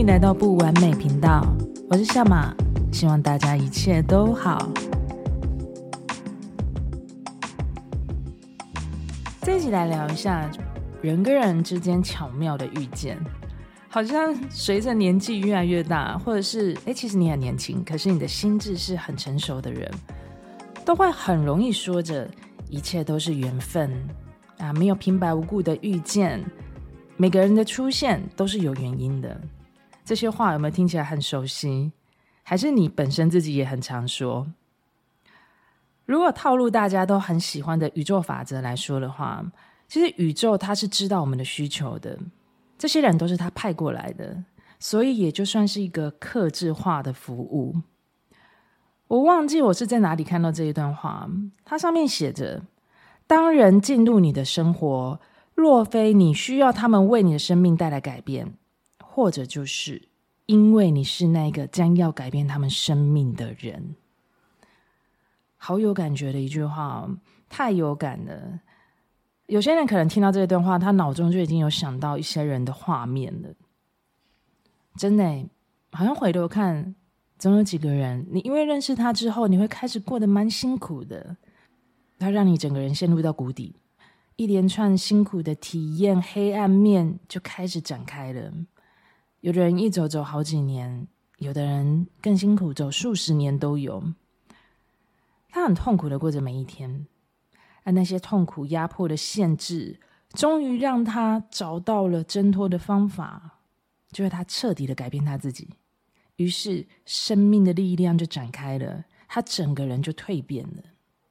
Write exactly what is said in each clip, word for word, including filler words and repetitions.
来到不完美频道，我是夏玛，希望大家一切都好。这一集来聊一下人跟人之间巧妙的遇见。好像随着年纪越来越大，或者是诶其实你很年轻，可是你的心智是很成熟的人，都会很容易说着一切都是缘分啊，没有平白无故的遇见，每个人的出现都是有原因的。这些话有没有听起来很熟悉？还是你本身自己也很常说？如果套路大家都很喜欢的宇宙法则来说的话，其实宇宙它是知道我们的需求的，这些人都是他派过来的，所以也就算是一个客制化的服务。我忘记我是在哪里看到这一段话，它上面写着，当人进入你的生活，若非你需要他们为你的生命带来改变，或者就是因为你是那个将要改变他们生命的人。好有感觉的一句话，太有感了。有些人可能听到这段话，他脑中就已经有想到一些人的画面了。真的耶，好像回头看，总有几个人，你因为认识他之后，你会开始过得蛮辛苦的，他让你整个人陷入到谷底，一连串辛苦的体验，黑暗面就开始展开了。有的人一走走好几年，有的人更辛苦，走数十年都有。他很痛苦的过着每一天，而那些痛苦压迫的限制终于让他找到了挣脱的方法，就是他彻底的改变他自己。于是生命的力量就展开了，他整个人就蜕变了。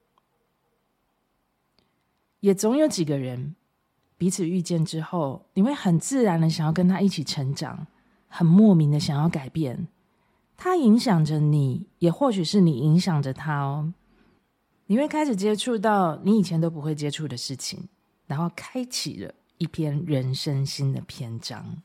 也总有几个人彼此遇见之后，你会很自然的想要跟他一起成长，很莫名的想要改变。他影响着你，也或许是你影响着他哦。你会开始接触到你以前都不会接触的事情，然后开启了一篇人生新的篇章。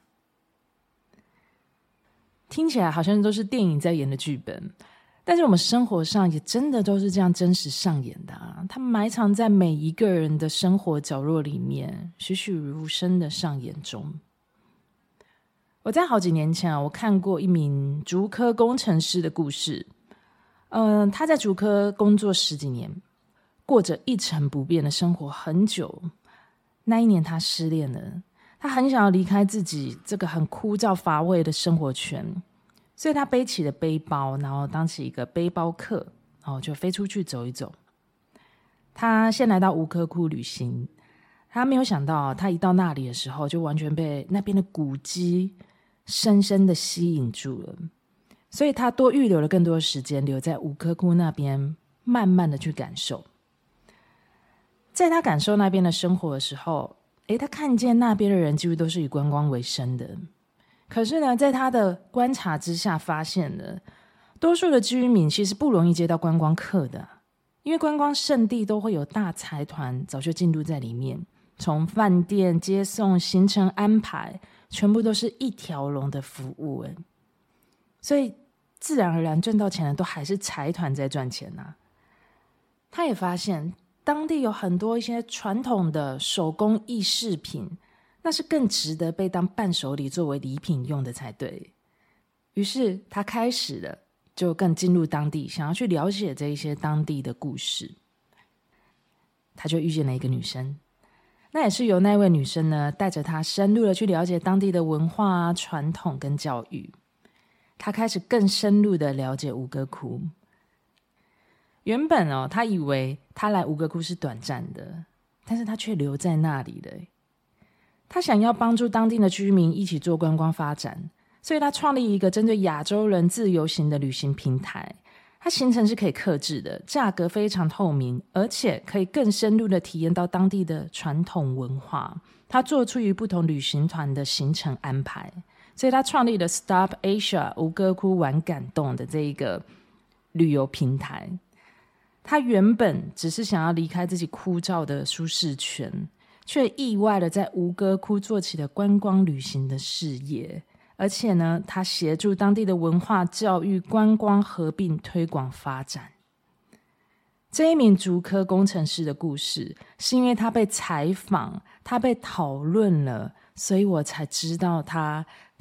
听起来好像都是电影在演的剧本，但是我们生活上也真的都是这样真实上演的啊！它埋藏在每一个人的生活角落里面，栩栩如生的上演中。我在好几年前啊，我看过一名竹科工程师的故事。嗯，他在竹科工作十几年，过着一成不变的生活很久。那一年他失恋了，他很想要离开自己这个很枯燥乏味的生活圈，所以他背起了背包，然后当起一个背包客，然后就飞出去走一走。他先来到吴哥窟旅行，他没有想到他一到那里的时候，就完全被那边的古迹深深的吸引住了。所以他多预留了更多的时间留在吴哥窟那边，慢慢的去感受。在他感受那边的生活的时候，诶，他看见那边的人几乎都是以观光为生的。可是呢，在他的观察之下发现了，多数的居民其实不容易接到观光客的，因为观光胜地都会有大财团早就进入在里面，从饭店、接送、行程安排，全部都是一条龙的服务。诶，所以自然而然赚到钱的都还是财团在赚钱啊。他也发现当地有很多一些传统的手工艺饰品，那是更值得被当伴手礼作为礼品用的才对。于是他开始了就更进入当地，想要去了解这一些当地的故事。他就遇见了一个女生，那也是由那位女生呢带着他深入的去了解当地的文化、传统跟教育。他开始更深入的了解吴哥窟。原本哦，他以为他来吴哥窟是短暂的，但是他却留在那里了。他想要帮助当地的居民一起做观光发展，所以他创立一个针对亚洲人自由行的旅行平台。它行程是可以客制的，价格非常透明，而且可以更深入的体验到当地的传统文化。他做出于不同旅行团的行程安排，所以他创立了 Stop Asia 吴哥窟玩感动的这一个旅游平台。他原本只是想要离开自己枯燥的舒适圈，却意外的在吴哥窟做起了观光旅行的事业。而且呢，他协助当地的文化、教育、观光合并推广发展。这一名竹科工程师的故事，是因为他被采访，他被讨论了，所以我才知道他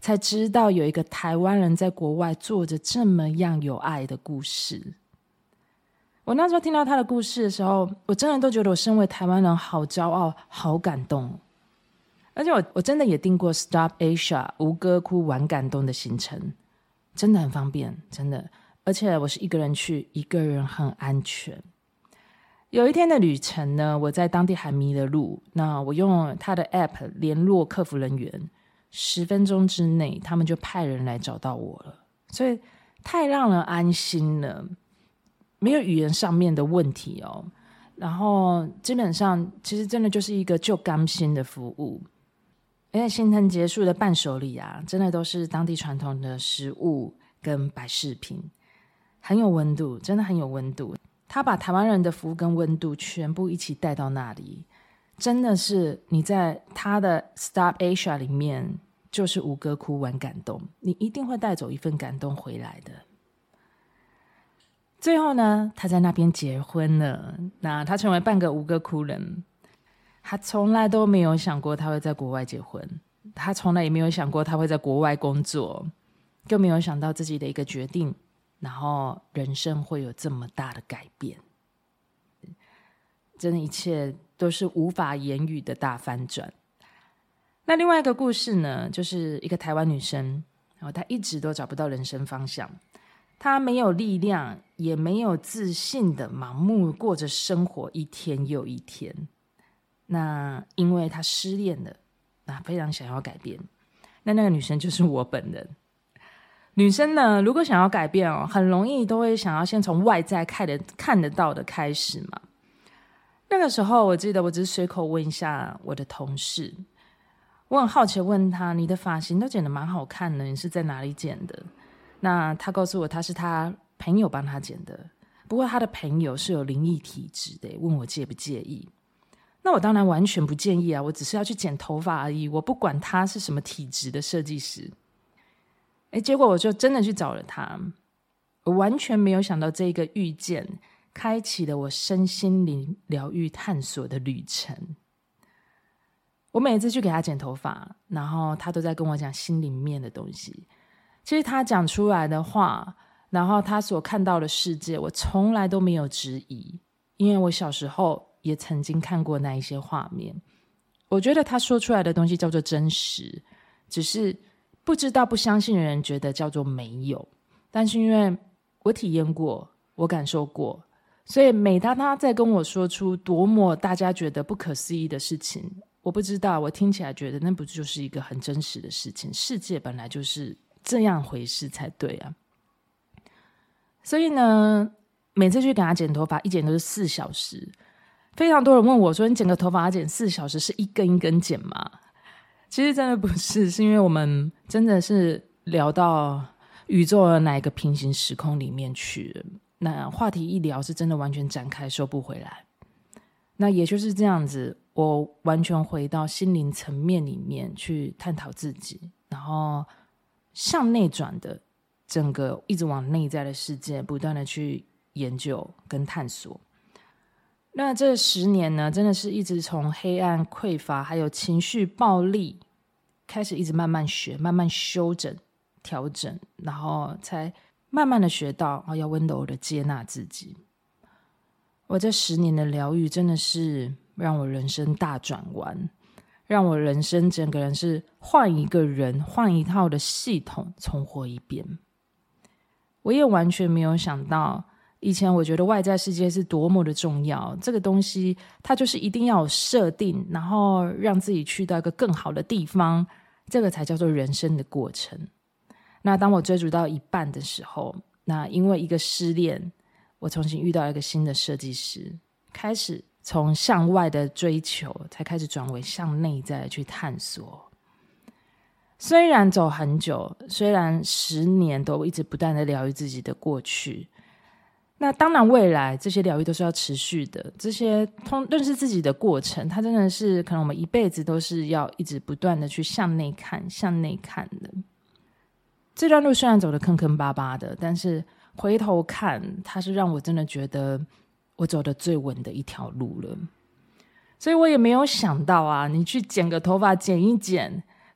才知道有一个台湾人在国外做着这么样有爱的故事。我那时候听到他的故事的时候，我真的都觉得我身为台湾人好骄傲，好感动。而且 我, 我真的也订过 Stop Asia 吴哥窟玩感动的行程，真的很方便，真的。而且我是一个人去，一个人很安全。有一天的旅程呢，我在当地还迷了路，那我用他的 app 联络客服人员，十分钟之内他们就派人来找到我了，所以太让人安心了，没有语言上面的问题哦。然后基本上其实真的就是一个就甘心的服务。而且行程结束的伴手礼啊，真的都是当地传统的食物跟摆饰品，很有温度，真的很有温度。他把台湾人的服务跟温度全部一起带到那里，真的是你在他的 Stop Asia 里面就是吴哥窟玩感动，你一定会带走一份感动回来的。最后呢，他在那边结婚了，那他成为半个吴哥窟人。他从来都没有想过他会在国外结婚，他从来也没有想过他会在国外工作，更没有想到自己的一个决定，然后人生会有这么大的改变。真的一切都是无法言语的大翻转。那另外一个故事呢，就是一个台湾女生，然后她一直都找不到人生方向，她没有力量，也没有自信的盲目过着生活，一天又一天。那因为她失恋了，那非常想要改变，那那个女生就是我本人。女生呢，如果想要改变哦，很容易都会想要先从外在看得看得到的开始嘛。那个时候我记得我只是随口问一下我的同事，我很好奇问他，你的发型都剪得蛮好看的，你是在哪里剪的？那他告诉我他是他朋友帮他剪的，不过他的朋友是有灵异体质的，问我介不介意。那我当然完全不介意啊，我只是要去剪头发而已，我不管他是什么体质的设计师。诶，结果我就真的去找了他，我完全没有想到这个遇见开启了我身心灵疗愈探索的旅程。我每次去给他剪头发，然后他都在跟我讲心里面的东西，其实他讲出来的话，然后他所看到的世界，我从来都没有质疑，因为我小时候也曾经看过那一些画面。我觉得他说出来的东西叫做真实，只是不知道不相信的人觉得叫做没有，但是因为我体验过，我感受过，所以每当他在跟我说出多么大家觉得不可思议的事情，我不知道，我听起来觉得那不就是一个很真实的事情，世界本来就是这样回事才对啊。所以呢，每次去给他剪头发，一剪都是四小时。非常多人问我说，你剪个头发要剪四小时，是一根一根剪吗？其实真的不是，是因为我们真的是聊到宇宙的哪一个平行时空里面去了，那话题一聊是真的完全展开收不回来。那也就是这样子，我完全回到心灵层面里面去探讨自己，然后向内转的整个一直往内在的世界不断的去研究跟探索。那这十年呢，真的是一直从黑暗匮乏还有情绪暴力开始，一直慢慢学，慢慢修整调整，然后才慢慢的学到要温柔的接纳自己。我这十年的疗愈真的是让我人生大转弯，让我人生整个人是换一个人，换一套的系统重活一遍。我也完全没有想到，以前我觉得外在世界是多么的重要，这个东西它就是一定要有设定，然后让自己去到一个更好的地方，这个才叫做人生的过程。那当我追逐到一半的时候，那因为一个失恋，我重新遇到一个新的设计师，开始从向外的追求才开始转为向内在去探索。虽然走很久，虽然十年都一直不断的疗愈自己的过去，那当然未来这些疗愈都是要持续的，这些通认识自己的过程，它真的是可能我们一辈子都是要一直不断的去向内看向内看的。这段路虽然走得坑坑巴巴的，但是回头看，它是让我真的觉得我走得最稳的一条路了。所以我也没有想到啊，你去剪个头发剪一剪，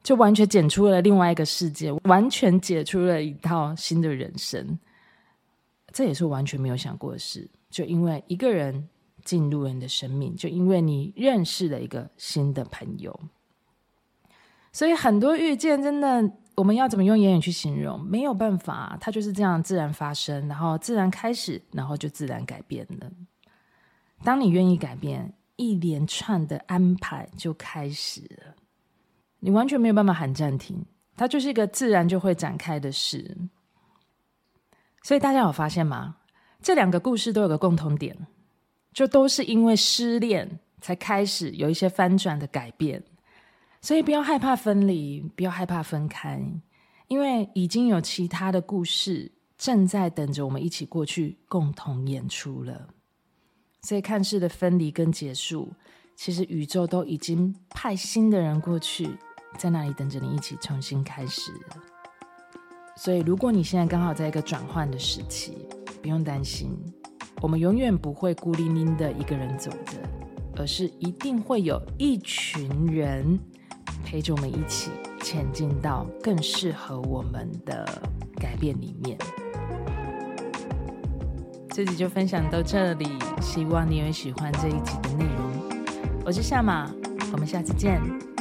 就完全解出了另外一个世界，完全解出了一套新的人生。这也是我完全没有想过的事，就因为一个人进入了你的生命，就因为你认识了一个新的朋友。所以很多遇见真的我们要怎么用言语去形容，没有办法，它就是这样自然发生，然后自然开始，然后就自然改变了。当你愿意改变，一连串的安排就开始了，你完全没有办法喊暂停，它就是一个自然就会展开的事。所以大家有发现吗？这两个故事都有个共同点，就都是因为失恋才开始有一些翻转的改变。所以不要害怕分离，不要害怕分开，因为已经有其他的故事正在等着我们一起过去共同演出了。所以看似的分离跟结束，其实宇宙都已经派新的人过去，在那里等着你一起重新开始了。所以如果你现在刚好在一个转换的时期，不用担心，我们永远不会孤零零的一个人走着，而是一定会有一群人陪着我们一起前进到更适合我们的改变里面。这集就分享到这里，希望你也喜欢这一集的内容。我是夏玛，我们下次见。